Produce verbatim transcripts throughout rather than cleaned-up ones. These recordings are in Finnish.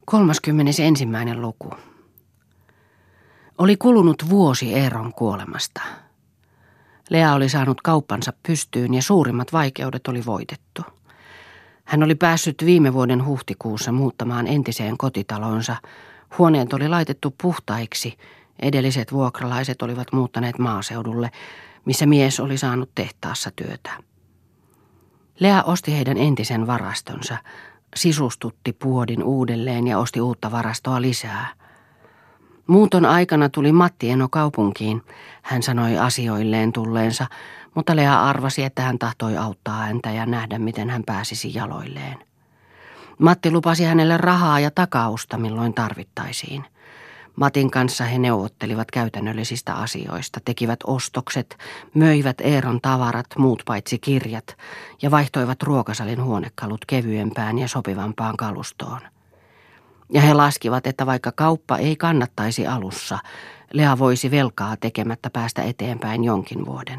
Kolmaskymmenes ensimmäinen luku. Oli kulunut vuosi Eeron kuolemasta. Lea oli saanut kauppansa pystyyn ja suurimmat vaikeudet oli voitettu. Hän oli päässyt viime vuoden huhtikuussa muuttamaan entiseen kotitalonsa. Huoneet oli laitettu puhtaiksi. Edelliset vuokralaiset olivat muuttaneet maaseudulle, missä mies oli saanut tehtaassa työtä. Lea osti heidän entisen varastonsa, sisustutti puodin uudelleen ja osti uutta varastoa lisää. Muuton aikana tuli Matti Eno kaupunkiin, hän sanoi asioilleen tulleensa, mutta Lea arvasi, että hän tahtoi auttaa häntä ja nähdä, miten hän pääsisi jaloilleen. Matti lupasi hänelle rahaa ja takausta, milloin tarvittaisiin. Matin kanssa he neuvottelivat käytännöllisistä asioista, tekivät ostokset, möivät Eeron tavarat, muut paitsi kirjat, ja vaihtoivat ruokasalin huonekalut kevyempään ja sopivampaan kalustoon. Ja he laskivat, että vaikka kauppa ei kannattaisi alussa, Lea voisi velkaa tekemättä päästä eteenpäin jonkin vuoden.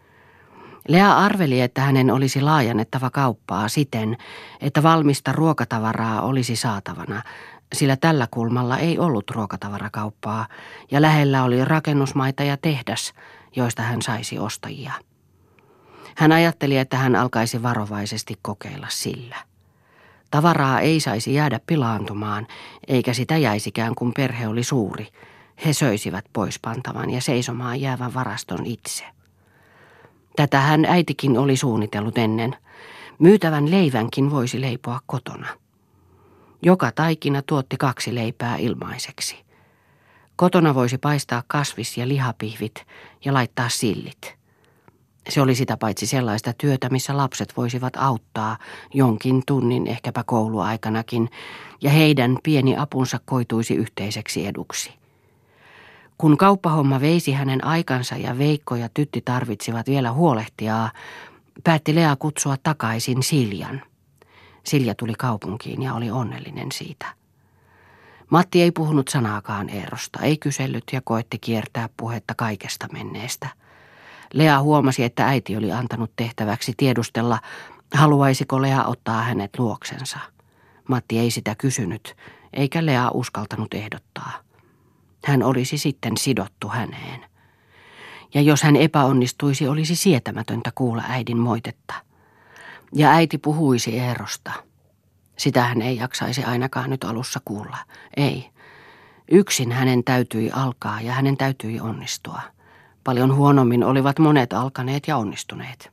Lea arveli, että hänen olisi laajennettava kauppaa siten, että valmista ruokatavaraa olisi saatavana, sillä tällä kulmalla ei ollut ruokatavarakauppaa ja lähellä oli rakennusmaita ja tehdas, joista hän saisi ostajia. Hän ajatteli, että hän alkaisi varovaisesti kokeilla sillä. Tavaraa ei saisi jäädä pilaantumaan, eikä sitä jäisikään, kun perhe oli suuri. He söisivät pois pantavan ja seisomaan jäävän varaston itse. Tätä hän äitikin oli suunnitellut ennen. Myytävän leivänkin voisi leipoa kotona. Joka taikina tuotti kaksi leipää ilmaiseksi. Kotona voisi paistaa kasvis- ja lihapihvit ja laittaa sillit. Se oli sitä paitsi sellaista työtä, missä lapset voisivat auttaa jonkin tunnin, ehkäpä kouluaikanakin, ja heidän pieni apunsa koituisi yhteiseksi eduksi. Kun kauppahomma veisi hänen aikansa ja Veikko ja Tytti tarvitsivat vielä huolehtijaa, päätti Lea kutsua takaisin Siljan. Silja tuli kaupunkiin ja oli onnellinen siitä. Matti ei puhunut sanaakaan Eerosta, ei kysellyt ja koetti kiertää puhetta kaikesta menneestä. Lea huomasi, että äiti oli antanut tehtäväksi tiedustella, haluaisiko Lea ottaa hänet luoksensa. Matti ei sitä kysynyt, eikä Lea uskaltanut ehdottaa. Hän olisi sitten sidottu häneen. Ja jos hän epäonnistuisi, olisi sietämätöntä kuulla äidin moitetta. Ja äiti puhuisi Eerosta. Sitä hän ei jaksaisi ainakaan nyt alussa kuulla. Ei. Yksin hänen täytyi alkaa ja hänen täytyi onnistua. Paljon huonommin olivat monet alkaneet ja onnistuneet.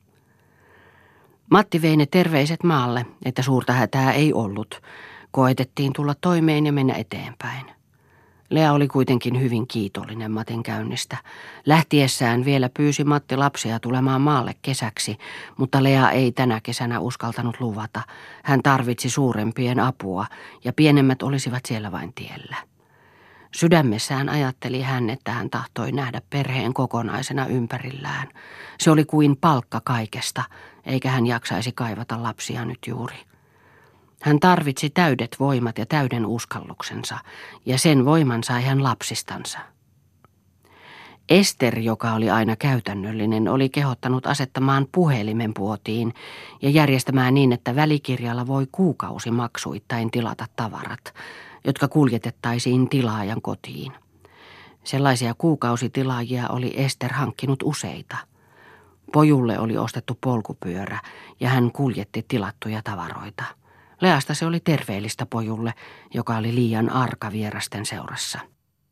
Matti vei ne terveiset maalle, että suurta hätää ei ollut. Koetettiin tulla toimeen ja mennä eteenpäin. Lea oli kuitenkin hyvin kiitollinen Matin käynnistä. Lähtiessään vielä pyysi Matti lapsia tulemaan maalle kesäksi, mutta Lea ei tänä kesänä uskaltanut luvata. Hän tarvitsi suurempien apua ja pienemmät olisivat siellä vain tiellä. Sydämessään ajatteli hän, että hän tahtoi nähdä perheen kokonaisena ympärillään. Se oli kuin palkka kaikesta, eikä hän jaksaisi kaivata lapsia nyt juuri. Hän tarvitsi täydet voimat ja täyden uskalluksensa, ja sen voiman sai hän lapsistansa. Ester, joka oli aina käytännöllinen, oli kehottanut asettamaan puhelimen puotiin ja järjestämään niin, että välikirjalla voi kuukausimaksuittain tilata tavarat, jotka kuljetettaisiin tilaajan kotiin. Sellaisia kuukausitilaajia oli Ester hankkinut useita. Pojulle oli ostettu polkupyörä ja hän kuljetti tilattuja tavaroita. Leasta se oli terveellistä pojulle, joka oli liian arka vierasten seurassa.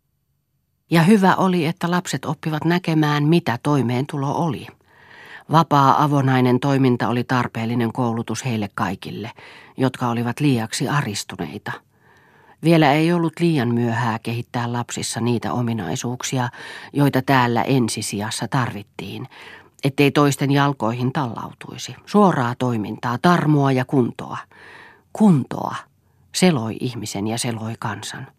Ja hyvä oli, että lapset oppivat näkemään, mitä toimeentulo oli. Vapaa avonainen toiminta oli tarpeellinen koulutus heille kaikille, jotka olivat liiaksi aristuneita. Vielä ei ollut liian myöhää kehittää lapsissa niitä ominaisuuksia, joita täällä ensisijassa tarvittiin, ettei toisten jalkoihin tallautuisi. Suoraa toimintaa, tarmoa ja kuntoa. Kuntoa, seloi ihmisen ja seloi kansan.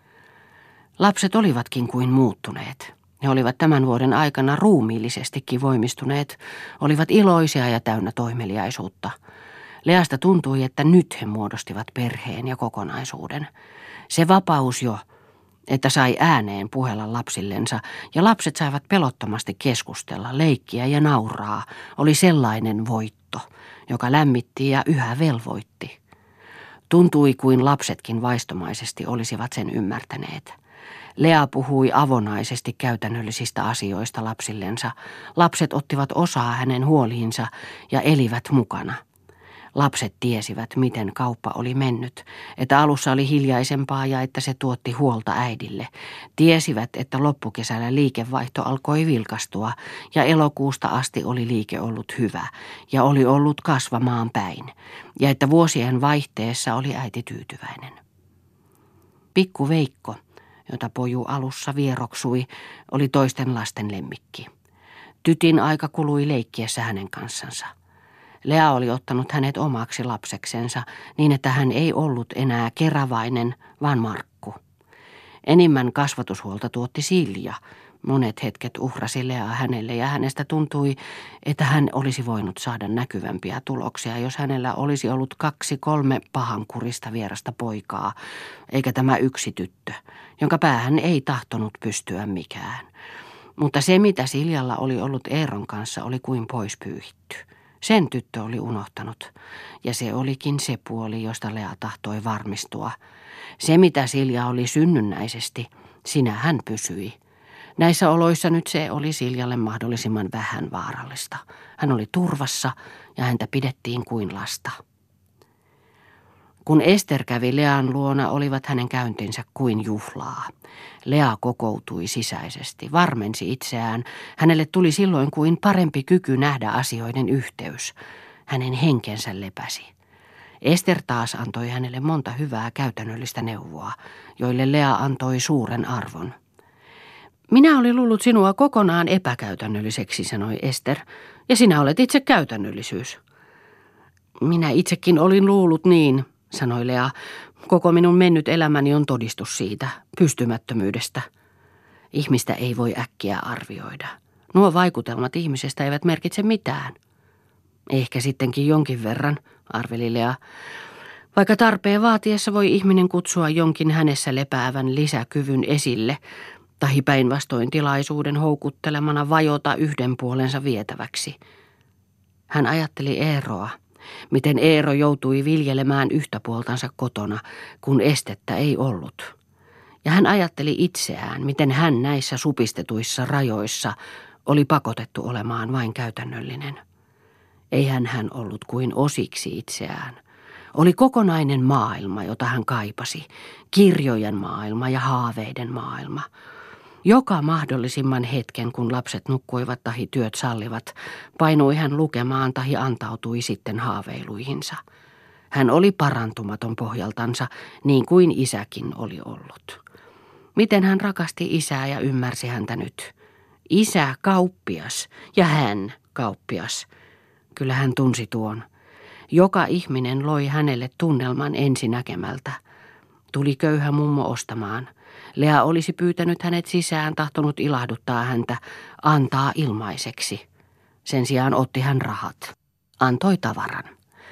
Lapset olivatkin kuin muuttuneet. He olivat tämän vuoden aikana ruumiillisestikin voimistuneet, olivat iloisia ja täynnä toimeliaisuutta. Leasta tuntui, että nyt he muodostivat perheen ja kokonaisuuden. Se vapaus jo, että sai ääneen puhella lapsillensa ja lapset saivat pelottomasti keskustella, leikkiä ja nauraa, oli sellainen voitto, joka lämmitti ja yhä velvoitti. Tuntui kuin lapsetkin vaistomaisesti olisivat sen ymmärtäneet. Lea puhui avonaisesti käytännöllisistä asioista lapsillensa. Lapset ottivat osaa hänen huoliinsa ja elivät mukana. Lapset tiesivät, miten kauppa oli mennyt, että alussa oli hiljaisempaa ja että se tuotti huolta äidille. Tiesivät, että loppukesällä liikevaihto alkoi vilkastua ja elokuusta asti oli liike ollut hyvä ja oli ollut kasvamaan päin ja että vuosien vaihteessa oli äiti tyytyväinen. Pikku Veikko, jota poju alussa vieroksui, oli toisten lasten lemmikki. Tytin aika kului leikkiessä hänen kanssansa. Lea oli ottanut hänet omaksi lapseksensa niin, että hän ei ollut enää Keravainen, vaan Markku. Enimmän kasvatushuolta tuotti Silja. Monet hetket uhrasi Lea hänelle ja hänestä tuntui, että hän olisi voinut saada näkyvämpiä tuloksia, jos hänellä olisi ollut kaksi kolme pahankurista vierasta poikaa, eikä tämä yksi tyttö, jonka päähän ei tahtonut pystyä mikään. Mutta se, mitä Siljalla oli ollut Eeron kanssa, oli kuin pois pyyhitty. Sen tyttö oli unohtanut, ja se olikin se puoli, josta Lea tahtoi varmistua. Se, mitä Silja oli synnynnäisesti, sinä hän pysyi. Näissä oloissa nyt se oli Siljalle mahdollisimman vähän vaarallista. Hän oli turvassa ja häntä pidettiin kuin lasta. Kun Ester kävi Lean luona, olivat hänen käyntinsä kuin juhlaa. Lea kokoutui sisäisesti, varmensi itseään. Hänelle tuli silloin kuin parempi kyky nähdä asioiden yhteys. Hänen henkensä lepäsi. Ester taas antoi hänelle monta hyvää käytännöllistä neuvoa, joille Lea antoi suuren arvon. Minä olin luullut sinua kokonaan epäkäytännölliseksi, sanoi Ester, ja sinä olet itse käytännöllisyys. Minä itsekin olin luullut niin, sanoi Lea. Koko minun mennyt elämäni on todistus siitä, pystymättömyydestä. Ihmistä ei voi äkkiä arvioida. Nuo vaikutelmat ihmisestä eivät merkitse mitään. Ehkä sittenkin jonkin verran, arveli Lea. Vaikka tarpeen vaatiessa voi ihminen kutsua jonkin hänessä lepäävän lisäkyvyn esille, tahi päinvastoin tilaisuuden houkuttelemana vajota yhden puolensa vietäväksi. Hän ajatteli Eeroa, miten Eero joutui viljelemään yhtä puoltansa kotona, kun estettä ei ollut. Ja hän ajatteli itseään, miten hän näissä supistetuissa rajoissa oli pakotettu olemaan vain käytännöllinen. Eihän hän ollut kuin osiksi itseään. Oli kokonainen maailma, jota hän kaipasi, kirjojen maailma ja haaveiden maailma. Joka mahdollisimman hetken, kun lapset nukkuivat tahi työt sallivat, painui hän lukemaan tahi antautui sitten haaveiluihinsa. Hän oli parantumaton pohjaltansa, niin kuin isäkin oli ollut. Miten hän rakasti isää ja ymmärsi häntä nyt. Isä kauppias ja hän kauppias. Kyllä hän tunsi tuon. Joka ihminen loi hänelle tunnelman ensinäkemältä. Tuli köyhä mummo ostamaan. Lea olisi pyytänyt hänet sisään, tahtonut ilahduttaa häntä, antaa ilmaiseksi. Sen sijaan otti hän rahat. Antoi tavaran.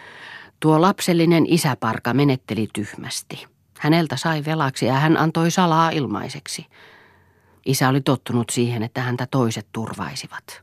Tuo lapsellinen isäparka menetteli tyhmästi. Häneltä sai velaksi ja hän antoi salaa ilmaiseksi. Isä oli tottunut siihen, että häntä toiset turvaisivat.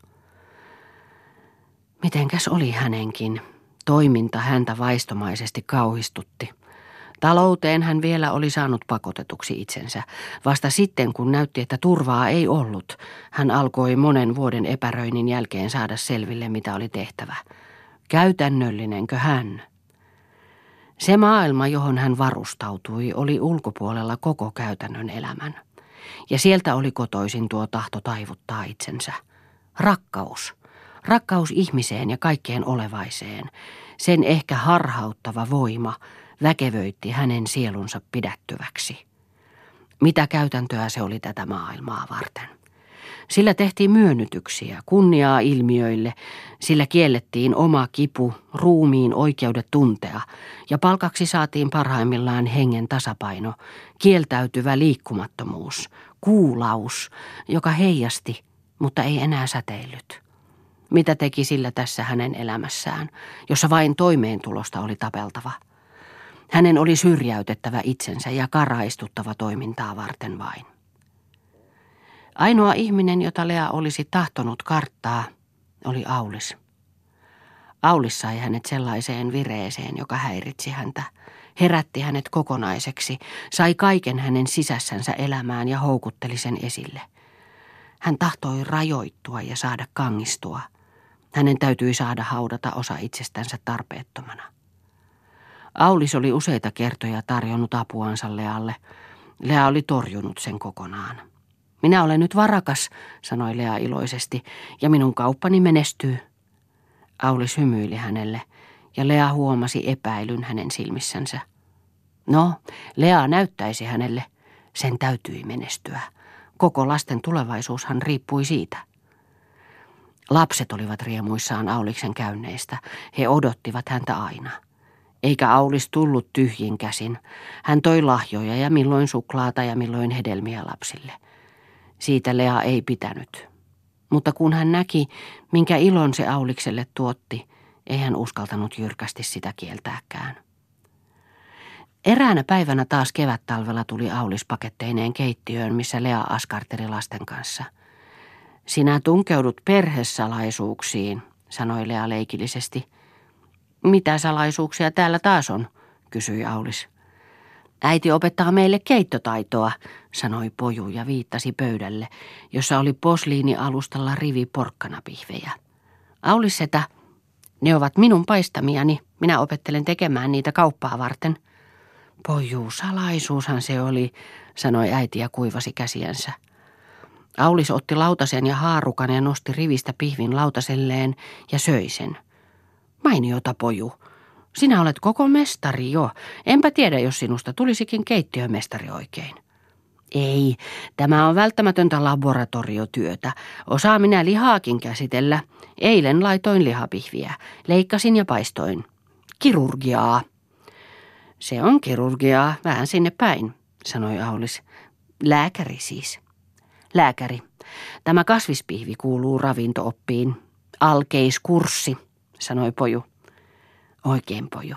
Mitenkäs oli hänenkin? Toiminta häntä vaistomaisesti kauhistutti. Talouteen hän vielä oli saanut pakotetuksi itsensä. Vasta sitten, kun näytti, että turvaa ei ollut, hän alkoi monen vuoden epäröinnin jälkeen saada selville, mitä oli tehtävä. Käytännöllinenkö hän? Se maailma, johon hän varustautui, oli ulkopuolella koko käytännön elämän. Ja sieltä oli kotoisin tuo tahto taivuttaa itsensä. Rakkaus. Rakkaus ihmiseen ja kaikkeen olevaiseen. Sen ehkä harhauttava voima väkevöitti hänen sielunsa pidättyväksi. Mitä käytäntöä se oli tätä maailmaa varten? Sillä tehtiin myönnytyksiä, kunniaa ilmiöille, sillä kiellettiin oma kipu, ruumiin oikeudet tuntea, ja palkaksi saatiin parhaimmillaan hengen tasapaino, kieltäytyvä liikkumattomuus, kuulaus, joka heijasti, mutta ei enää säteillyt. Mitä teki sillä tässä hänen elämässään, jossa vain toimeentulosta oli tapeltava? Hänen oli syrjäytettävä itsensä ja karaistuttava toimintaa varten vain. Ainoa ihminen, jota Lea olisi tahtonut karttaa, oli Aulis. Aulis sai hänet sellaiseen vireeseen, joka häiritsi häntä. herätti hänet kokonaiseksi, sai kaiken hänen sisässänsä elämään ja houkutteli sen esille. Hän tahtoi rajoittua ja saada kangistua. Hänen täytyi saada haudata osa itsestänsä tarpeettomana. Aulis oli useita kertoja tarjonnut apuansa Lealle. Lea oli torjunut sen kokonaan. Minä olen nyt varakas, sanoi Lea iloisesti, ja minun kauppani menestyy. Aulis hymyili hänelle, ja Lea huomasi epäilyn hänen silmissänsä. No, Lea näyttäisi hänelle. Sen täytyi menestyä. Koko lasten tulevaisuushan riippui siitä. Lapset olivat riemuissaan Auliksen käynneistä. He odottivat häntä aina. Eikä Aulis tullut tyhjin käsin. Hän toi lahjoja ja milloin suklaata ja milloin hedelmiä lapsille. Siitä Lea ei pitänyt. Mutta kun hän näki, minkä ilon se Aulikselle tuotti, ei hän uskaltanut jyrkästi sitä kieltääkään. Eräänä päivänä taas kevättalvella tuli Aulis paketteineen keittiöön, missä Lea askarteli lasten kanssa. Sinä tunkeudut perhesalaisuuksiin, sanoi Lea leikillisesti. Mitä salaisuuksia täällä taas on, kysyi Aulis. Äiti opettaa meille keittotaitoa, sanoi Poju ja viittasi pöydälle, jossa oli posliinialustalla rivi porkkanapihvejä. Aulis setä, ne ovat minun paistamiani, minä opettelen tekemään niitä kauppaa varten. Poju, salaisuushan se oli, sanoi äiti ja kuivasi käsiänsä. Aulis otti lautasen ja haarukan ja nosti rivistä pihvin lautaselleen ja söi sen. Mainiota, Poju. Sinä olet koko mestari jo. Enpä tiedä, jos sinusta tulisikin keittiömestari oikein. Ei, tämä on välttämätöntä laboratoriotyötä. Osaa minä lihaakin käsitellä. Eilen laitoin lihapihviä. Leikkasin ja paistoin. Kirurgiaa. Se on kirurgiaa, vähän sinne päin, sanoi Aulis. Lääkäri siis. Lääkäri. Tämä kasvispihvi kuuluu ravinto-oppiin. Alkeiskurssi, sanoi Poju. Oikein, Poju.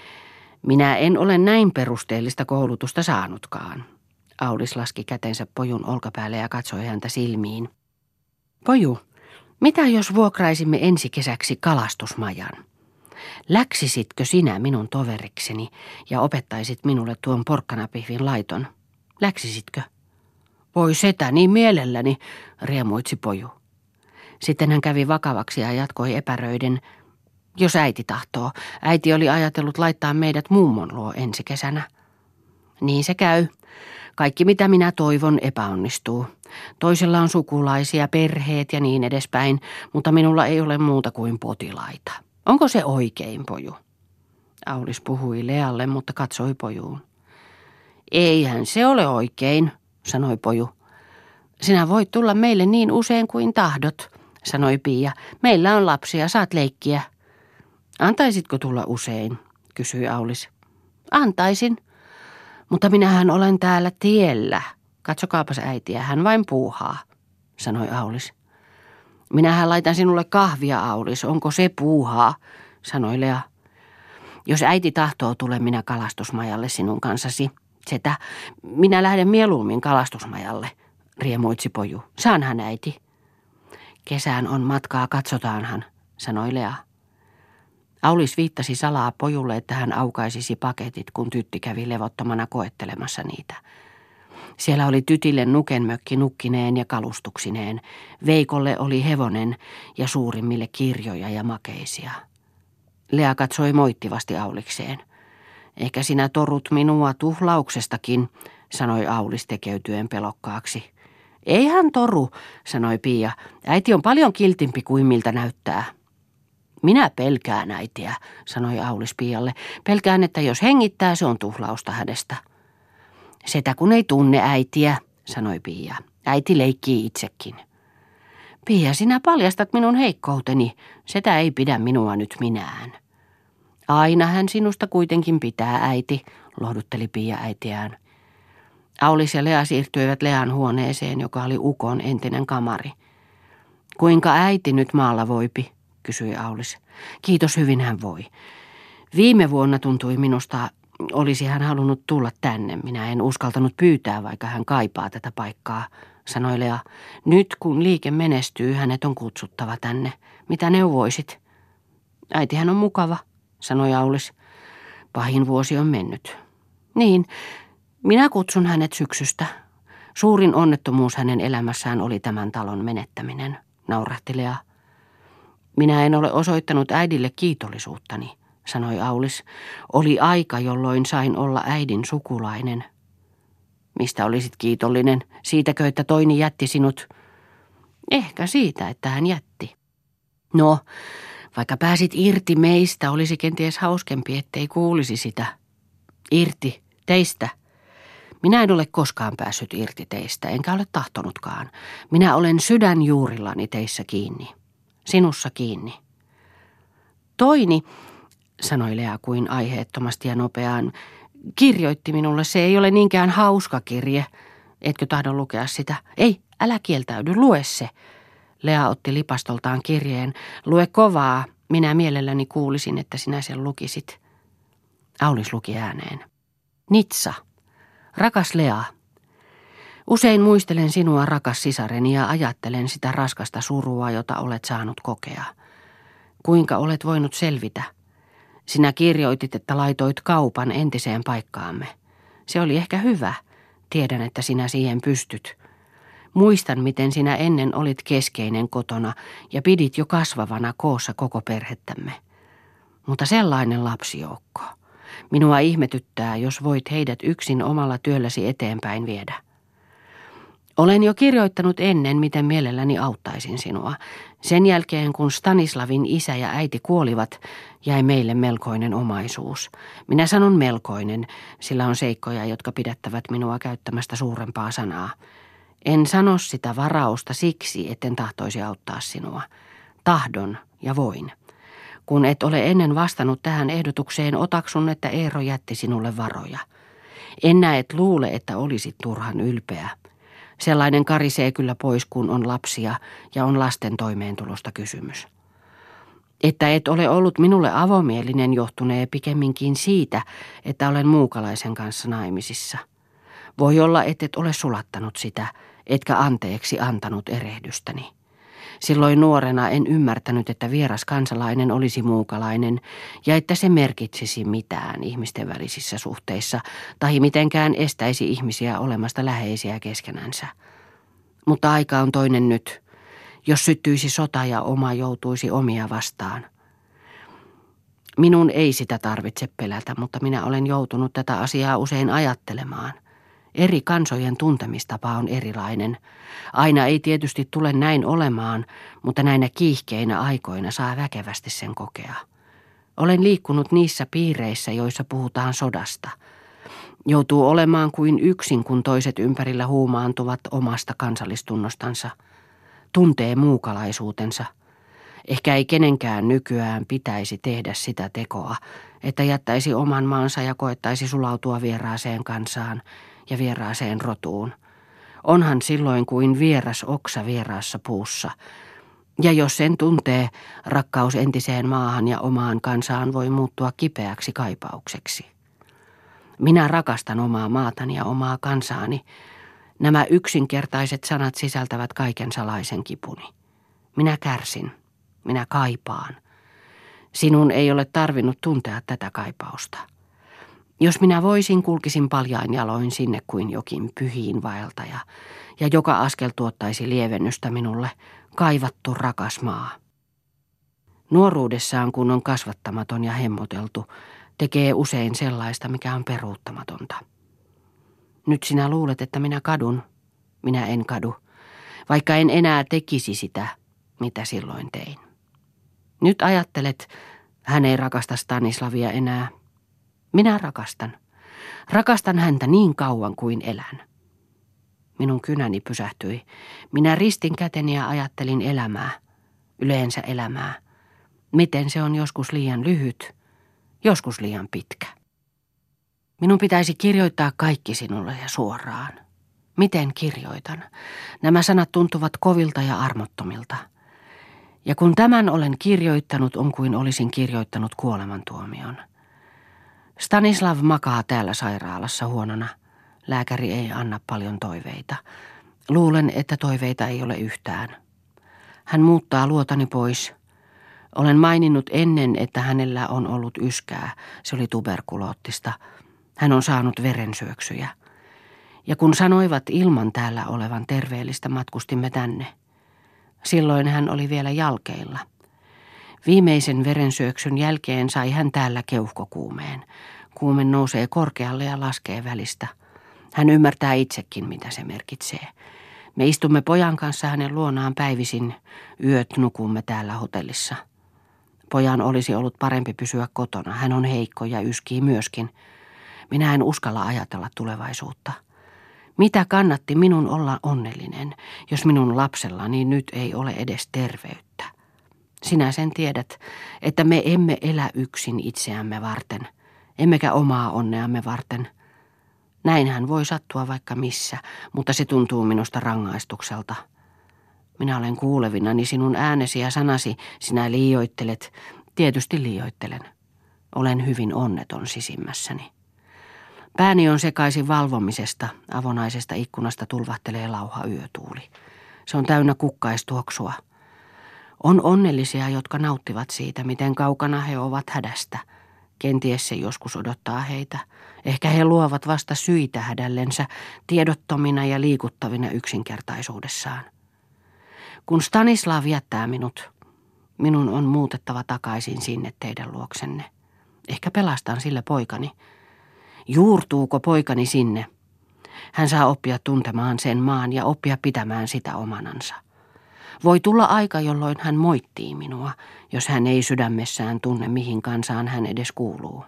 Minä en ole näin perusteellista koulutusta saanutkaan. Aulis laski kätensä Pojun olkapäälle ja katsoi häntä silmiin. Poju, mitä jos vuokraisimme ensi kesäksi kalastusmajan? Läksisitkö sinä minun toverikseni ja opettaisit minulle tuon porkkanapihvin laiton? Läksisitkö? Voi setä, niin mielelläni, riemuitsi Poju. Sitten hän kävi vakavaksi ja jatkoi epäröiden. Jos äiti tahtoo. Äiti oli ajatellut laittaa meidät mummon luo ensi kesänä. Niin se käy. Kaikki mitä minä toivon epäonnistuu. Toisella on sukulaisia, perheet ja niin edespäin, mutta minulla ei ole muuta kuin potilaita. Onko se oikein, Poju? Aulis puhui Lealle, mutta katsoi Pojuun. Eihän se ole oikein, sanoi Poju. Sinä voit tulla meille niin usein kuin tahdot, sanoi Pia. Meillä on lapsia, saat leikkiä. Antaisitko tulla usein, kysyi Aulis. Antaisin, mutta minähän olen täällä tiellä. Katsokaapas äitiä, hän vain puuhaa, sanoi Aulis. Minähän laitan sinulle kahvia, Aulis, onko se puuhaa, sanoi Lea. Jos äiti tahtoo, tule minä kalastusmajalle sinun kanssasi. Setä, minä lähden mieluummin kalastusmajalle, riemuitsi Poju. Saanhan äiti. Kesään on matkaa, katsotaanhan, sanoi Lea. Aulis viittasi salaa Pojulle, että hän aukaisisi paketit, kun tytti kävi levottomana koettelemassa niitä. Siellä oli tytille nukenmökki nukkineen ja kalustuksineen. Veikolle oli hevonen ja suurimmille kirjoja ja makeisia. Lea katsoi moittivasti Aulikseen. Ehkä sinä torut minua tuhlauksestakin, sanoi Aulis tekeytyen pelokkaaksi. Ei hän toru, sanoi Pia. Äiti on paljon kiltimpi kuin miltä näyttää. Minä pelkään äitiä, sanoi Aulis Pialle. Pelkään, että jos hengittää, se on tuhlausta hänestä. Setä kun ei tunne äitiä, sanoi Pia. Äiti leikkii itsekin. Pia, sinä paljastat minun heikkouteni. Setä ei pidä minua nyt minään. Aina hän sinusta kuitenkin pitää, äiti, lohdutteli Pia äitiään. Aulis ja Lea siirtyivät Lean huoneeseen, joka oli ukon entinen kamari. Kuinka äiti nyt maalla voipi, kysyi Aulis. Kiitos, hyvin hän voi. Viime vuonna tuntui minusta, olisi hän halunnut tulla tänne. Minä en uskaltanut pyytää, vaikka hän kaipaa tätä paikkaa, sanoi Lea. Nyt kun liike menestyy, hänet on kutsuttava tänne. Mitä neuvoisit? Äitihän on mukava, sanoi Aulis. Pahin vuosi on mennyt. Niin, minä kutsun hänet syksystä. Suurin onnettomuus hänen elämässään oli tämän talon menettäminen, naurahti Lea. Minä en ole osoittanut äidille kiitollisuuttani, sanoi Aulis. Oli aika, jolloin sain olla äidin sukulainen. Mistä olisit kiitollinen? Siitäkö, että Toini jätti sinut? Ehkä siitä, että hän jätti. No, vaikka pääsit irti meistä, olisi kenties hauskempi, ettei kuulisi sitä. Irti, teistä. Minä en ole koskaan päässyt irti teistä, enkä ole tahtonutkaan. Minä olen sydänjuurillani teissä kiinni. Sinussa kiinni. Toini, sanoi Lea kuin aiheettomasti ja nopeaan, kirjoitti minulle. Se ei ole niinkään hauska kirje. Etkö tahdo lukea sitä? Ei, älä kieltäydy, lue se. Lea otti lipastoltaan kirjeen. Lue kovaa. Minä mielelläni kuulisin, että sinä sen lukisit. Aulis luki ääneen. Nitsa. Rakas Lea. Usein muistelen sinua, rakas sisareni, ja ajattelen sitä raskasta surua, jota olet saanut kokea. Kuinka olet voinut selvitä? Sinä kirjoitit, että laitoit kaupan entiseen paikkaamme. Se oli ehkä hyvä. Tiedän, että sinä siihen pystyt. Muistan, miten sinä ennen olit keskeinen kotona ja pidit jo kasvavana koossa koko perhettämme. Mutta sellainen lapsijoukko. Minua ihmetyttää, jos voit heidät yksin omalla työlläsi eteenpäin viedä. Olen jo kirjoittanut ennen, miten mielelläni auttaisin sinua. Sen jälkeen, kun Stanislavin isä ja äiti kuolivat, jäi meille melkoinen omaisuus. Minä sanon melkoinen, sillä on seikkoja, jotka pidättävät minua käyttämästä suurempaa sanaa. En sano sitä varausta siksi, etten tahtoisi auttaa sinua. Tahdon ja voin. Kun et ole ennen vastannut tähän ehdotukseen, otaksun, että Eero jätti sinulle varoja. En näe, et luule, että olisit turhan ylpeä. Sellainen karisee kyllä pois, kun on lapsia ja on lasten toimeentulosta kysymys. Että et ole ollut minulle avomielinen johtunee pikemminkin siitä, että olen muukalaisen kanssa naimisissa. Voi olla, et et ole sulattanut sitä, etkä anteeksi antanut erehdystäni. Silloin nuorena en ymmärtänyt, että vieras kansalainen olisi muukalainen ja että se merkitsisi mitään ihmisten välisissä suhteissa tai mitenkään estäisi ihmisiä olemasta läheisiä keskenänsä. Mutta aika on toinen nyt, jos syttyisi sota ja oma joutuisi omia vastaan. Minun ei sitä tarvitse pelätä, mutta minä olen joutunut tätä asiaa usein ajattelemaan. Eri kansojen tuntemistapa on erilainen. Aina ei tietysti tule näin olemaan, mutta näinä kiihkeinä aikoina saa väkevästi sen kokea. Olen liikkunut niissä piireissä, joissa puhutaan sodasta. Joutuu olemaan kuin yksin, kun toiset ympärillä huumaantuvat omasta kansallistunnostansa. Tuntee muukalaisuutensa. Ehkä ei kenenkään nykyään pitäisi tehdä sitä tekoa, että jättäisi oman maansa ja koettaisi sulautua vieraaseen kansaan ja vieraaseen rotuun. Onhan silloin kuin vieras oksa vieraassa puussa. Ja jos sen tuntee, rakkaus entiseen maahan ja omaan kansaan voi muuttua kipeäksi kaipaukseksi. Minä rakastan omaa maatani ja omaa kansaani. Nämä yksinkertaiset sanat sisältävät kaiken salaisen kipuni. Minä kärsin. Minä kaipaan. Sinun ei ole tarvinnut tuntea tätä kaipausta. Jos minä voisin, kulkisin paljain jaloin sinne kuin jokin pyhiin vaeltaja, ja joka askel tuottaisi lievennystä minulle, kaivattu rakas maa. Nuoruudessaan, kun on kasvattamaton ja hemmoteltu, tekee usein sellaista, mikä on peruuttamatonta. Nyt sinä luulet, että minä kadun. Minä en kadu, vaikka en enää tekisi sitä, mitä silloin tein. Nyt ajattelet, hän ei rakasta Stanislavia enää. Minä rakastan. Rakastan häntä niin kauan kuin elän. Minun kynäni pysähtyi. Minä ristin käteni ja ajattelin elämää. Yleensä elämää. Miten se on joskus liian lyhyt, joskus liian pitkä. Minun pitäisi kirjoittaa kaikki sinulle ja suoraan. Miten kirjoitan? Nämä sanat tuntuvat kovilta ja armottomilta. Ja kun tämän olen kirjoittanut, on kuin olisin kirjoittanut kuolemantuomion. Stanislav makaa täällä sairaalassa huonona. Lääkäri ei anna paljon toiveita. Luulen, että toiveita ei ole yhtään. Hän muuttaa luotani pois. Olen maininnut ennen, että hänellä on ollut yskää. Se oli tuberkuloottista. Hän on saanut verensyöksyjä. Ja kun sanoivat ilman täällä olevan terveellistä, matkustimme tänne. Silloin hän oli vielä jalkeilla. Viimeisen verensyöksyn jälkeen sai hän täällä keuhkokuumeen. Kuume nousee korkealle ja laskee välistä. Hän ymmärtää itsekin, mitä se merkitsee. Me istumme pojan kanssa hänen luonaan päivisin. Yöt nukumme täällä hotellissa. Pojan olisi ollut parempi pysyä kotona. Hän on heikko ja yskii myöskin. Minä en uskalla ajatella tulevaisuutta. Mitä kannatti minun olla onnellinen, jos minun lapsellani nyt ei ole edes terveyttä? Sinä sen tiedät, että me emme elä yksin itseämme varten, emmekä omaa onneamme varten. Näinhän voi sattua vaikka missä, mutta se tuntuu minusta rangaistukselta. Minä olen kuulevinani sinun äänesi ja sanasi, sinä liioittelet. Tietysti liioittelen. Olen hyvin onneton sisimmässäni. Pääni on sekaisin valvomisesta, avonaisesta ikkunasta tulvahtelee lauha yötuuli. Se on täynnä kukkaistuoksua. On onnellisia, jotka nauttivat siitä, miten kaukana he ovat hädästä. Kenties se joskus odottaa heitä. Ehkä he luovat vasta syitä hädällensä, tiedottomina ja liikuttavina yksinkertaisuudessaan. Kun Stanislav jättää minut, minun on muutettava takaisin sinne teidän luoksenne. Ehkä pelastan sille poikani. Juurtuuko poikani sinne? Hän saa oppia tuntemaan sen maan ja oppia pitämään sitä omanansa. Voi tulla aika, jolloin hän moittii minua, jos hän ei sydämessään tunne, mihin kansaan hän edes kuuluu.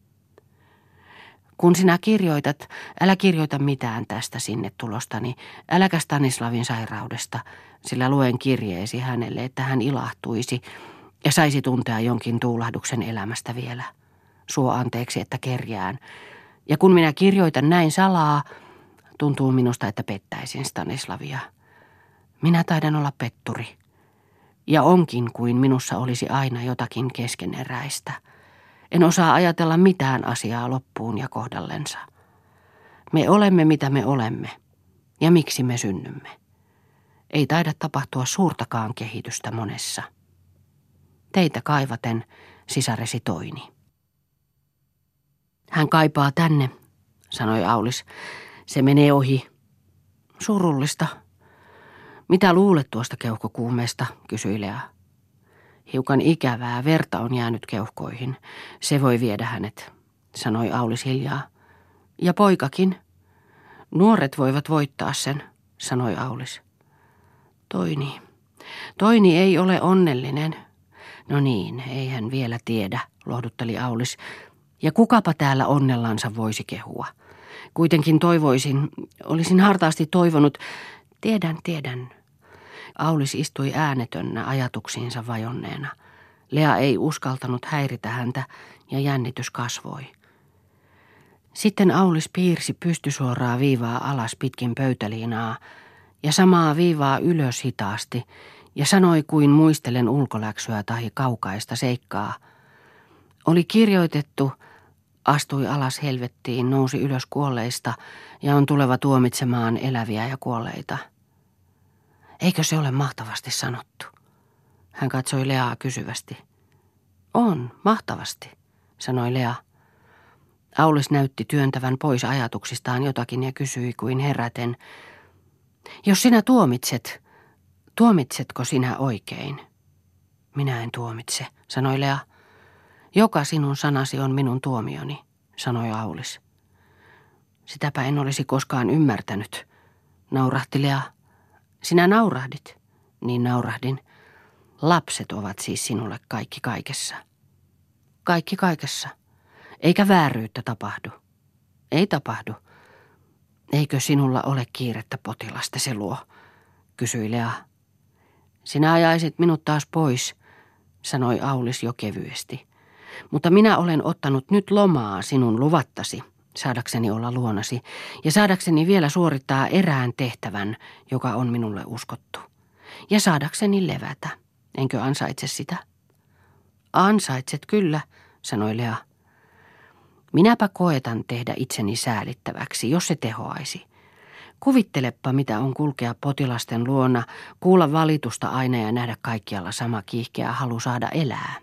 Kun sinä kirjoitat, älä kirjoita mitään tästä sinne tulostani, äläkä Stanislavin sairaudesta, sillä luen kirjeesi hänelle, että hän ilahtuisi ja saisi tuntea jonkin tuulahduksen elämästä vielä. Suo anteeksi, että kerjään. Ja kun minä kirjoitan näin salaa, tuntuu minusta, että pettäisin Stanislavia. Minä taidan olla petturi. Ja onkin kuin minussa olisi aina jotakin keskeneräistä. En osaa ajatella mitään asiaa loppuun ja kohdallensa. Me olemme mitä me olemme. Ja miksi me synnymme? Ei taida tapahtua suurtakaan kehitystä monessa. Teitä kaivaten, sisaresi Toini. Hän kaipaa tänne, sanoi Aulis. Se menee ohi. Surullista. Mitä luulet tuosta keuhkokuumeesta, kysyi Lea. Hiukan ikävää, verta on jäänyt keuhkoihin. Se voi viedä hänet, sanoi Aulis hiljaa. Ja poikakin. Nuoret voivat voittaa sen, sanoi Aulis. Toini. Toini ei ole onnellinen. No niin, ei hän vielä tiedä, lohdutteli Aulis. Ja kukapa täällä onnellansa voisi kehua. Kuitenkin toivoisin, olisin hartaasti toivonut, tiedän, tiedän. Aulis istui äänetönnä ajatuksiinsa vajonneena. Lea ei uskaltanut häiritä häntä ja jännitys kasvoi. Sitten Aulis piirsi pystysuoraa viivaa alas pitkin pöytäliinaa ja samaa viivaa ylös hitaasti ja sanoi kuin muistelen ulkoläksyä tai kaukaista seikkaa. Oli kirjoitettu, astui alas helvettiin, nousi ylös kuolleista ja on tuleva tuomitsemaan eläviä ja kuolleita. Eikö se ole mahtavasti sanottu? Hän katsoi Leaa kysyvästi. On, mahtavasti, sanoi Lea. Aulis näytti työntävän pois ajatuksistaan jotakin ja kysyi kuin heräten. Jos sinä tuomitset, tuomitsetko sinä oikein? Minä en tuomitse, sanoi Lea. Joka sinun sanasi on minun tuomioni, sanoi Aulis. Sitäpä en olisi koskaan ymmärtänyt, naurahti Lea. Sinä naurahdit, niin naurahdin. Lapset ovat siis sinulle kaikki kaikessa. Kaikki kaikessa. Eikä vääryyttä tapahdu. Ei tapahdu. Eikö sinulla ole kiirettä potilasta, se luo, kysyi Lea. Sinä ajaisit minut taas pois, sanoi Aulis jo kevyesti. Mutta minä olen ottanut nyt lomaa sinun luvattasi, saadakseni olla luonasi, ja saadakseni vielä suorittaa erään tehtävän, joka on minulle uskottu. Ja saadakseni levätä. Enkö ansaitse sitä? Ansaitset kyllä, sanoi Lea. Minäpä koetan tehdä itseni säälittäväksi, jos se tehoaisi. Kuvittelepa, mitä on kulkea potilasten luona, kuulla valitusta aina ja nähdä kaikkialla sama kiihkeä halu saada elää.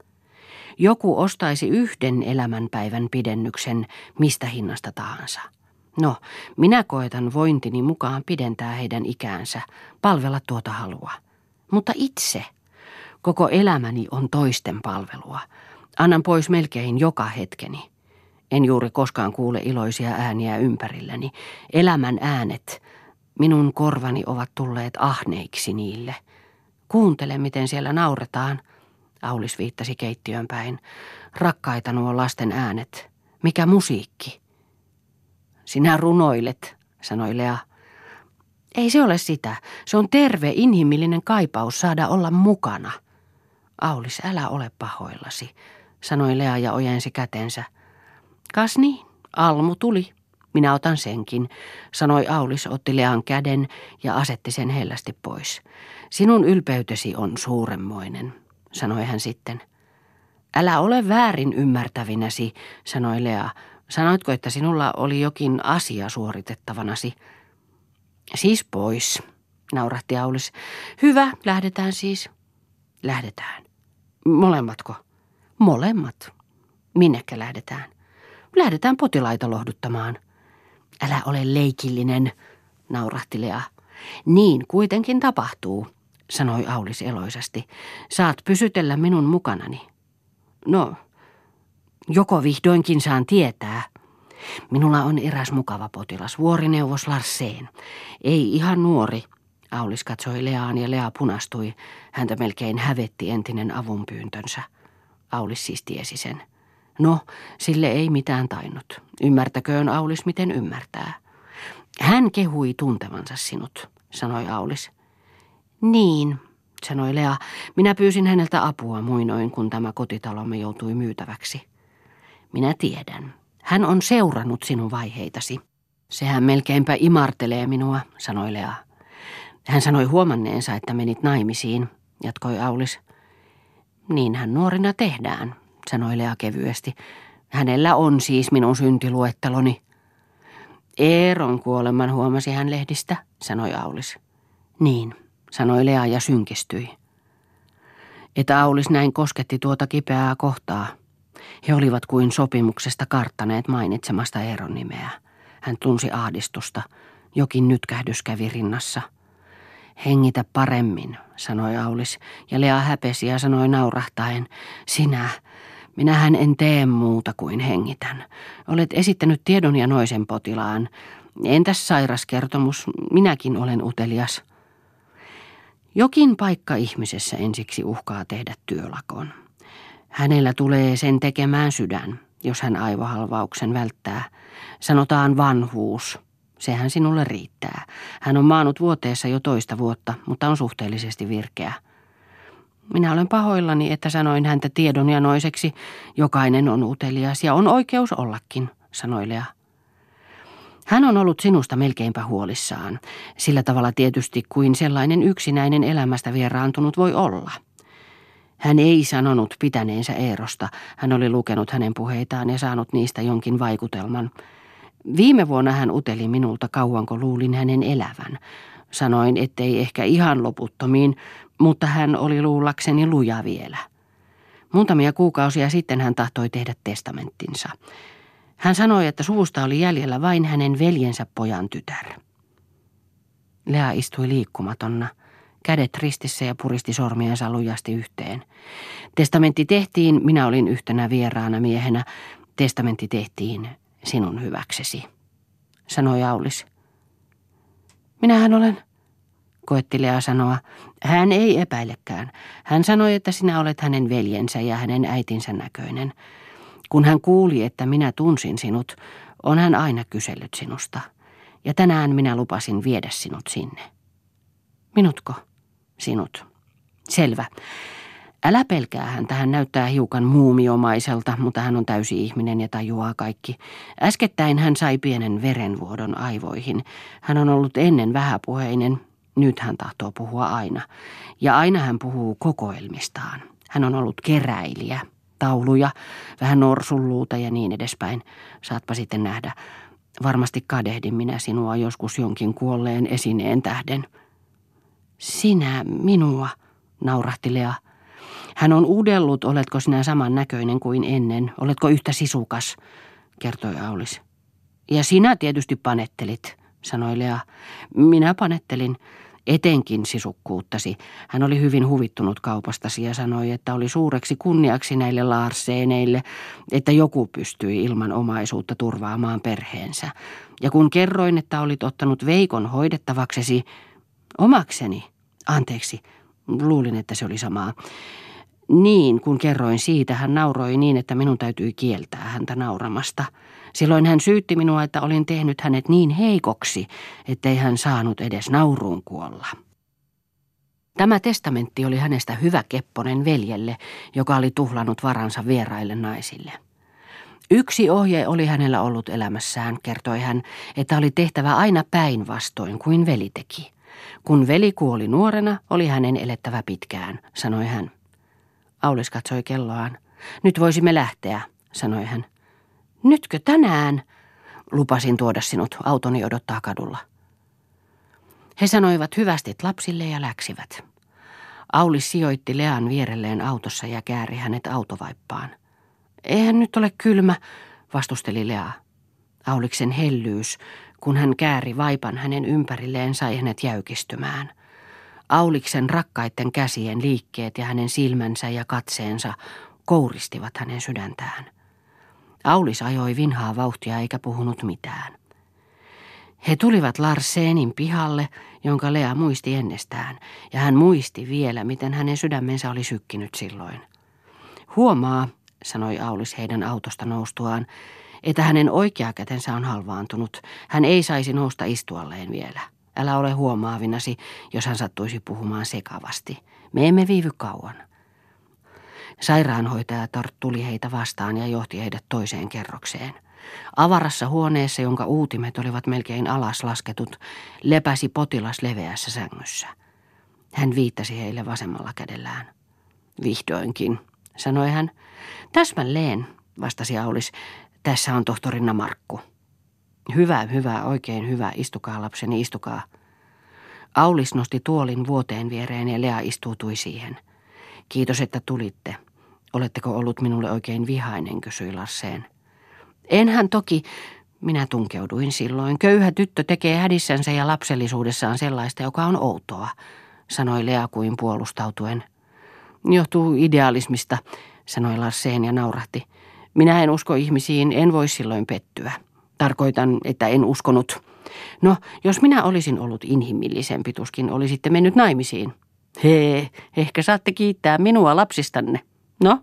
Joku ostaisi yhden elämänpäivän pidennyksen mistä hinnasta tahansa. No, minä koetan vointini mukaan pidentää heidän ikäänsä, palvella tuota halua. Mutta itse, koko elämäni on toisten palvelua. Annan pois melkein joka hetkeni. En juuri koskaan kuule iloisia ääniä ympärilläni. Elämän äänet, minun korvani ovat tulleet ahneiksi niille. Kuuntele, miten siellä nauretaan. Aulis viittasi keittiön päin. Rakkaita nuo lasten äänet. Mikä musiikki? Sinä runoilet, sanoi Lea. Ei se ole sitä. Se on terve, inhimillinen kaipaus saada olla mukana. Aulis, älä ole pahoillasi, sanoi Lea ja ojensi kätensä. Kas niin, almu tuli. Minä otan senkin, sanoi Aulis, otti Lean käden ja asetti sen hellästi pois. Sinun ylpeytesi on suuremmoinen, sanoi hän sitten. Älä ole väärin ymmärtävinäsi, sanoi Lea. Sanoitko, että sinulla oli jokin asia suoritettavanasi? Siis pois, naurahti Aulis. Hyvä, lähdetään siis. Lähdetään. Molemmatko? Molemmat. Minnekä lähdetään? Lähdetään potilaita lohduttamaan. Älä ole leikillinen, naurahti Lea. Niin kuitenkin tapahtuu, sanoi Aulis eloisasti. Saat pysytellä minun mukanani. No, joko vihdoinkin saan tietää. Minulla on eräs mukava potilas, vuorineuvos Larseen. Ei ihan nuori. Aulis katsoi Leaan ja Lea punastui. Häntä melkein hävetti entinen avunpyyntönsä. Aulis siis tiesi sen. No, sille ei mitään tainnut. Ymmärtäköön Aulis, miten ymmärtää. Hän kehui tuntevansa sinut, sanoi Aulis. Niin, sanoi Lea. Minä pyysin häneltä apua muinoin, kun tämä kotitalomme joutui myytäväksi. Minä tiedän. Hän on seurannut sinun vaiheitasi. Sehän melkeinpä imartelee minua, sanoi Lea. Hän sanoi huomanneensa, että menit naimisiin, jatkoi Aulis. Niinhän nuorina tehdään, sanoi Lea kevyesti. Hänellä on siis minun syntiluetteloni. Eeron kuoleman huomasi hän lehdistä, sanoi Aulis. Niin, sanoi Lea ja synkistyi. Että Aulis näin kosketti tuota kipeää kohtaa. He olivat kuin sopimuksesta karttaneet mainitsemasta Eeron nimeä. Hän tunsi ahdistusta. Jokin nytkähdys kävi rinnassa. Hengitä paremmin, sanoi Aulis, ja Lea häpesi ja sanoi naurahtaen, sinä, minähän en tee muuta kuin hengitän. Olet esittänyt tiedon ja noisen potilaan. Entäs sairaskertomus, minäkin olen utelias. Jokin paikka ihmisessä ensiksi uhkaa tehdä työlakon. Hänellä tulee sen tekemään sydän, jos hän aivohalvauksen välttää. Sanotaan vanhuus. Sehän sinulle riittää. Hän on maannut vuoteessa jo toista vuotta, mutta on suhteellisesti virkeä. Minä olen pahoillani, että sanoin häntä tiedon ja noiseksi. Jokainen on utelias ja on oikeus ollakin, sanoi Lea. Hän on ollut sinusta melkeinpä huolissaan, sillä tavalla tietysti kuin sellainen yksinäinen elämästä vieraantunut voi olla. Hän ei sanonut pitäneensä Eerosta. Hän oli lukenut hänen puheitaan ja saanut niistä jonkin vaikutelman. Viime vuonna hän uteli minulta kauanko luulin hänen elävän. Sanoin, ettei ehkä ihan loputtomiin, mutta hän oli luullakseni luja vielä. Muutamia kuukausia sitten hän tahtoi tehdä testamenttinsa. Hän sanoi, että suvusta oli jäljellä vain hänen veljensä pojan tytär. Lea istui liikkumatonna, kädet ristissä ja puristi sormiensa lujasti yhteen. Testamentti tehtiin, minä olin yhtenä vieraana miehenä. Testamentti tehtiin sinun hyväksesi, sanoi Aulis. Minähän olen, koetti Lea sanoa. Hän ei epäilekään. Hän sanoi, että sinä olet hänen veljensä ja hänen äitinsä näköinen. Kun hän kuuli, että minä tunsin sinut, on hän aina kysellyt sinusta. Ja tänään minä lupasin viedä sinut sinne. Minutko? Sinut. Selvä. Älä pelkää häntä, hän näyttää hiukan muumiomaiselta, mutta hän on täysi ihminen ja tajuaa kaikki. Äskettäin hän sai pienen verenvuodon aivoihin. Hän on ollut ennen vähäpuheinen, nyt hän tahtoo puhua aina. Ja aina hän puhuu kokoelmistaan. Hän on ollut keräilijä, tauluja, vähän norsunluuta ja niin edespäin. Saatpa sitten nähdä. Varmasti kadehdin minä sinua joskus jonkin kuolleen esineen tähden. Sinä minua, naurahti Lea. Hän on uudellut, oletko sinä saman näköinen kuin ennen, oletko yhtä sisukas, kertoi Aulis. Ja sinä tietysti panettelit, sanoi Lea. Minä panettelin. Etenkin sisukkuuttasi. Hän oli hyvin huvittunut kaupastasi ja sanoi, että oli suureksi kunniaksi näille Larseneille, että joku pystyi ilman omaisuutta turvaamaan perheensä. Ja kun kerroin, että olit ottanut Veikon hoidettavaksesi, omakseni, anteeksi, luulin, että se oli samaa. Niin, kun kerroin siitä, hän nauroi niin, että minun täytyi kieltää häntä nauramasta. Silloin hän syytti minua, että olin tehnyt hänet niin heikoksi, ettei hän saanut edes nauruun kuolla. Tämä testamentti oli hänestä hyvä kepponen veljelle, joka oli tuhlannut varansa vieraille naisille. Yksi ohje oli hänellä ollut elämässään, kertoi hän, että oli tehtävä aina päinvastoin kuin veli teki. Kun veli kuoli nuorena, oli hänen elettävä pitkään, sanoi hän. Aulis katsoi kelloaan. Nyt voisimme lähteä, sanoi hän. Nytkö tänään? Lupasin tuoda sinut, autoni odottaa kadulla. He sanoivat hyvästit lapsille ja läksivät. Aulis sijoitti Lean vierelleen autossa ja kääri hänet autovaippaan. Eihän nyt ole kylmä, vastusteli Lea. Auliksen hellyys, kun hän kääri vaipan hänen ympärilleen, sai hänet jäykistymään. Auliksen rakkaitten käsien liikkeet ja hänen silmänsä ja katseensa kouristivat hänen sydäntään. Aulis ajoi vinhaa vauhtia eikä puhunut mitään. He tulivat Larsenin pihalle, jonka Lea muisti ennestään, ja hän muisti vielä, miten hänen sydämensä oli sykkinyt silloin. Huomaa, sanoi Aulis heidän autosta noustuaan, että hänen oikea kätensä on halvaantunut. Hän ei saisi nousta istualleen vielä. Älä ole huomaavinasi, jos hän sattuisi puhumaan sekavasti. Me emme viivy kauan. Sairaanhoitaja tuli heitä vastaan ja johti heidät toiseen kerrokseen. Avarassa huoneessa, jonka uutimet olivat melkein alas lasketut, lepäsi potilas leveässä sängyssä. Hän viittasi heille vasemmalla kädellään. Vihdoinkin, sanoi hän. Täsmälleen, vastasi Aulis. Tässä on tohtorina Markku. Hyvä, hyvä, oikein hyvä. Istukaa, lapseni, istukaa. Aulis nosti tuolin vuoteen viereen ja Lea istuutui siihen. Kiitos, että tulitte. Oletteko ollut minulle oikein vihainen, kysyi Larsen. Enhän toki, minä tunkeuduin silloin. Köyhä tyttö tekee hädissänsä ja lapsellisuudessaan sellaista, joka on outoa, sanoi Lea kuin puolustautuen. Johtuu idealismista, sanoi Larsen ja naurahti. Minä en usko ihmisiin, en voi silloin pettyä. Tarkoitan, että en uskonut. No, jos minä olisin ollut inhimillisempi, tuskin olisitte mennyt naimisiin. Hee, ehkä saatte kiittää minua lapsistanne. No?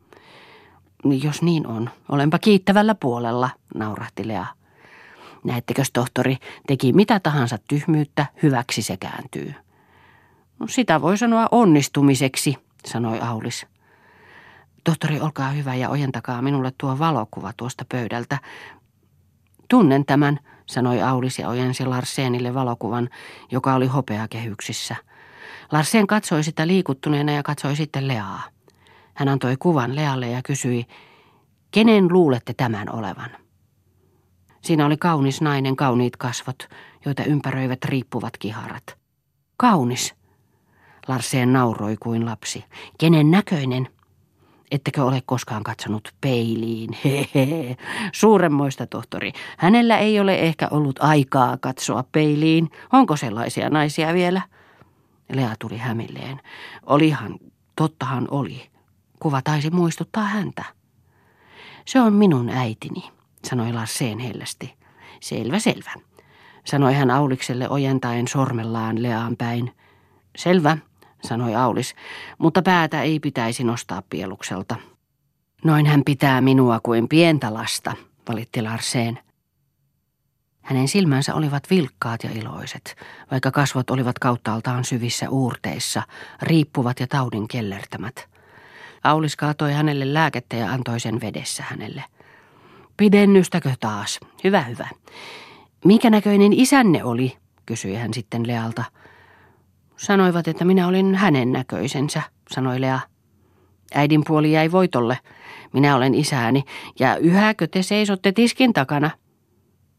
Jos niin on, olenpa kiittävällä puolella, naurahti Lea. Näettekös, tohtori, teki mitä tahansa tyhmyyttä, hyväksi se kääntyy. No, sitä voi sanoa onnistumiseksi, sanoi Aulis. Tohtori, olkaa hyvä ja ojentakaa minulle tuo valokuva tuosta pöydältä. Tunnen tämän, sanoi Aulis ja ojensi Larsenille valokuvan, joka oli hopeakehyksissä. Larsen katsoi sitä liikuttuneena ja katsoi sitten Leaa. Hän antoi kuvan Lealle ja kysyi, kenen luulette tämän olevan? Siinä oli kaunis nainen, kauniit kasvot, joita ympäröivät riippuvat kiharat. Kaunis. Larsen nauroi kuin lapsi. Kenen näköinen? Ettekö ole koskaan katsonut peiliin? Hehe. Suuremmoista, tohtori. Hänellä ei ole ehkä ollut aikaa katsoa peiliin. Onko sellaisia naisia vielä? Lea tuli hämilleen. Olihan, tottahan oli. Kuva taisi muistuttaa häntä. Se on minun äitini, sanoi Larsen hellästi. Selvä, selvä, sanoi hän Aulikselle ojentaen sormellaan Leaan päin. Selvä, sanoi Aulis, mutta päätä ei pitäisi nostaa pielukselta. Noin hän pitää minua kuin pientä lasta, valitti Larsen. Hänen silmänsä olivat vilkkaat ja iloiset, vaikka kasvot olivat kauttaaltaan syvissä uurteissa, riippuvat ja taudin kellertämät. Aulis kaatoi hänelle lääkettä ja antoi sen vedessä hänelle. Pidennystäkö taas? Hyvä, hyvä. Minkä näköinen isänne oli, kysyi hän sitten Lealta. Sanoivat, että minä olin hänen näköisensä, sanoi Lea. Äidin puoli jäi voitolle. Minä olen isääni, ja yhäkö te seisotte tiskin takana?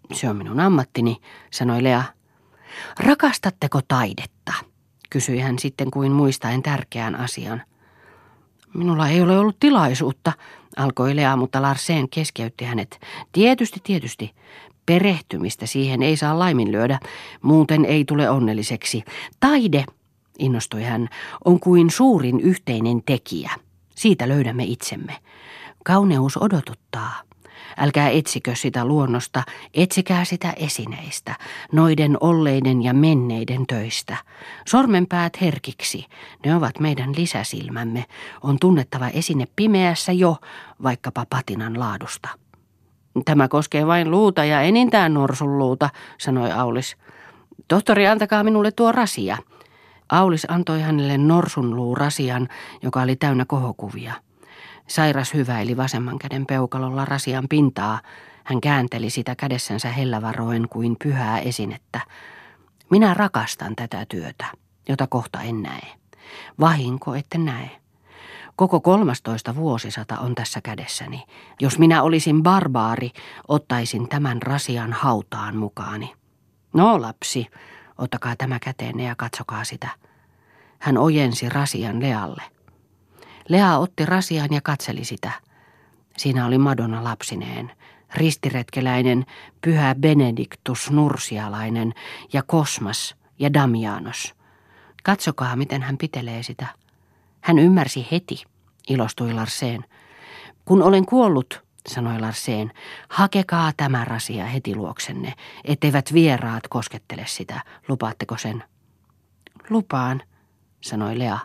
Se on minun ammattini, sanoi Lea. Rakastatteko taidetta? Kysyi hän sitten kuin muistaen tärkeän asian. Minulla ei ole ollut tilaisuutta, alkoi Lea, mutta Larsen keskeytti hänet. Tietysti, tietysti. Perehtymistä siihen ei saa laiminlyödä, muuten ei tule onnelliseksi. Taide, innostui hän, on kuin suurin yhteinen tekijä. Siitä löydämme itsemme. Kauneus odotuttaa. Älkää etsikö sitä luonnosta, etsikää sitä esineistä, noiden olleiden ja menneiden töistä. Sormenpäät herkiksi, ne ovat meidän lisäsilmämme. On tunnettava esine pimeässä jo, vaikkapa patinan laadusta. Tämä koskee vain luuta ja enintään norsun luuta, sanoi Aulis. Tohtori, antakaa minulle tuo rasia. Aulis antoi hänelle norsunluurasian, joka oli täynnä kohokuvia. Sairas hyväili vasemman käden peukalolla rasian pintaa. Hän käänteli sitä kädessänsä hellävaroen kuin pyhää esinettä. Minä rakastan tätä työtä, jota kohta en näe. Vahinko, ette näe. Koko kolmastoista vuosisata on tässä kädessäni. Jos minä olisin barbaari, ottaisin tämän rasian hautaan mukaani. No lapsi, ottakaa tämä käteenne ja katsokaa sitä. Hän ojensi rasian Lealle. Lea otti rasian ja katseli sitä. Siinä oli Madonna lapsineen, ristiretkeläinen, pyhä Benediktus nursialainen ja Kosmas ja Damianos. Katsokaa, miten hän pitelee sitä. Hän ymmärsi heti, ilostui Larsen. Kun olen kuollut, sanoi Larsen, hakekaa tämä rasia heti luoksenne, etteivät vieraat koskettele sitä. Lupaatteko sen? Lupaan, sanoi Lea.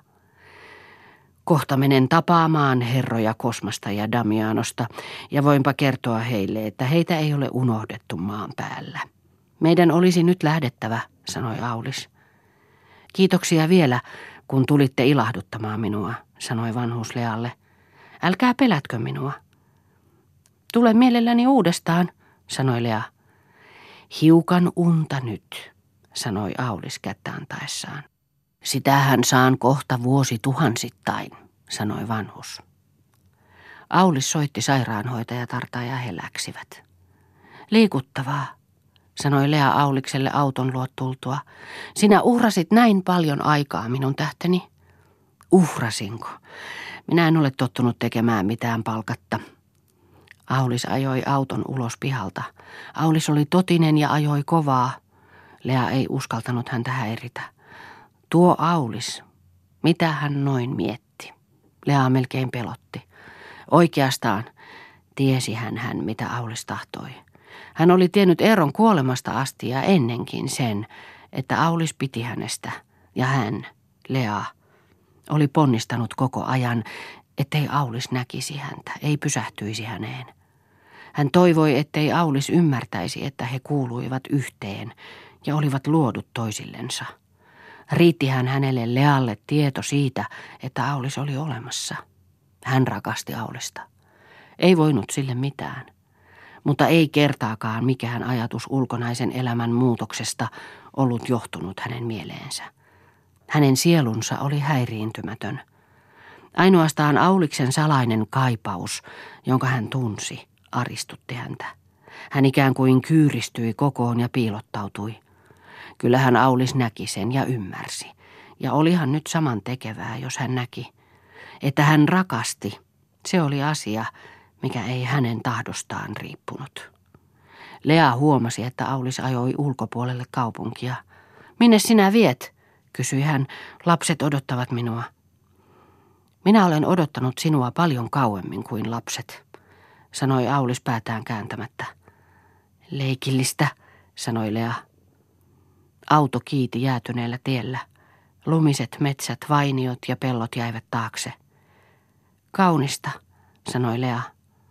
Kohta menen tapaamaan herroja Kosmasta ja Damianosta, ja voinpa kertoa heille, että heitä ei ole unohdettu maan päällä. Meidän olisi nyt lähdettävä, sanoi Aulis. Kiitoksia vielä, kun tulitte ilahduttamaan minua, sanoi vanhus Lealle. Älkää pelätkö minua. Tule mielelläni uudestaan, sanoi Lea. Hiukan unta nyt, sanoi Aulis kättä antaessaan. Sitähän saan kohta vuosituhansittain, sanoi vanhus. Aulis soitti sairaanhoitajatartaa ja he läksivät. Liikuttavaa, sanoi Lea Aulikselle auton luo tultua. Sinä uhrasit näin paljon aikaa minun tähteni. Uhrasinko? Minä en ole tottunut tekemään mitään palkatta. Aulis ajoi auton ulos pihalta. Aulis oli totinen ja ajoi kovaa. Lea ei uskaltanut häntä häiritä. Tuo Aulis, mitä hän noin mietti? Lea melkein pelotti. Oikeastaan tiesi hän hän, mitä Aulis tahtoi. Hän oli tiennyt Eeron kuolemasta asti ja ennenkin sen, että Aulis piti hänestä. Ja hän, Lea, oli ponnistanut koko ajan, ettei Aulis näkisi häntä, ei pysähtyisi häneen. Hän toivoi, ettei Aulis ymmärtäisi, että he kuuluivat yhteen ja olivat luodut toisillensa. Riittihän hänelle Lealle tieto siitä, että Aulis oli olemassa. Hän rakasti Aulista. Ei voinut sille mitään. Mutta ei kertaakaan mikään ajatus ulkonaisen elämän muutoksesta ollut johtunut hänen mieleensä. Hänen sielunsa oli häiriintymätön. Ainoastaan Auliksen salainen kaipaus, jonka hän tunsi, aristutti häntä. Hän ikään kuin kyyristyi kokoon ja piilottautui. Kyllähän Aulis näki sen ja ymmärsi. Ja olihan nyt saman tekevää, jos hän näki. Että hän rakasti, se oli asia, mikä ei hänen tahdostaan riippunut. Lea huomasi, että Aulis ajoi ulkopuolelle kaupunkia. Minne sinä viet? Kysyi hän. Lapset odottavat minua. Minä olen odottanut sinua paljon kauemmin kuin lapset, sanoi Aulis päätään kääntämättä. Leikillistä, sanoi Lea. Auto kiiti jäätyneellä tiellä. Lumiset metsät, vainiot ja pellot jäivät taakse. Kaunista, sanoi Lea.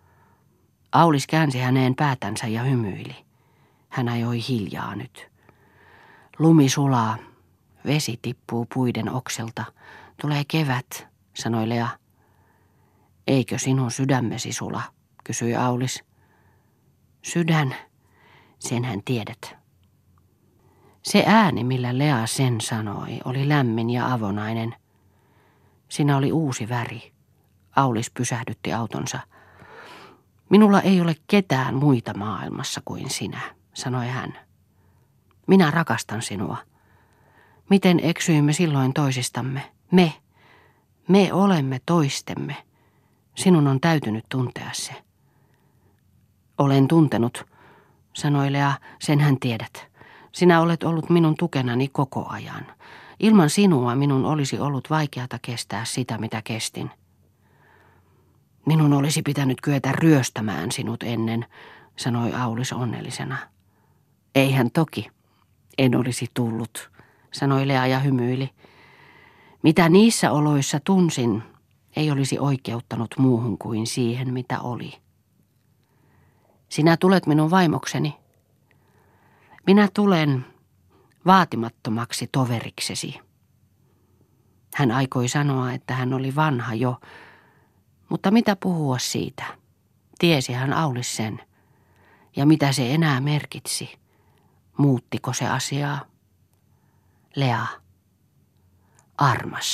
Aulis käänsi häneen päätänsä ja hymyili. Hän ajoi hiljaa nyt. Lumi sulaa. Vesi tippuu puiden oksilta. Tulee kevät, sanoi Lea. Eikö sinun sydämesi sula, kysyi Aulis. Sydän, sen hän tiedät. Se ääni, millä Lea sen sanoi, oli lämmin ja avonainen. Siinä oli uusi väri. Aulis pysähdytti autonsa. Minulla ei ole ketään muita maailmassa kuin sinä, sanoi hän. Minä rakastan sinua. Miten eksyimme silloin toisistamme? Me. Me olemme toistemme. Sinun on täytynyt tuntea se. Olen tuntenut, sanoi Lea, senhän tiedät. Sinä olet ollut minun tukenani koko ajan. Ilman sinua minun olisi ollut vaikeata kestää sitä, mitä kestin. Minun olisi pitänyt kyetä ryöstämään sinut ennen, sanoi Aulis onnellisena. Eihän toki, en olisi tullut, sanoi Lea ja hymyili. Mitä niissä oloissa tunsin, ei olisi oikeuttanut muuhun kuin siihen, mitä oli. Sinä tulet minun vaimokseni. Minä tulen vaatimattomaksi toveriksesi. Hän aikoi sanoa, että hän oli vanha jo, mutta mitä puhua siitä? Tiesi hän Aulis sen. Ja mitä se enää merkitsi? Muuttiko se asiaa? Lea. Armas.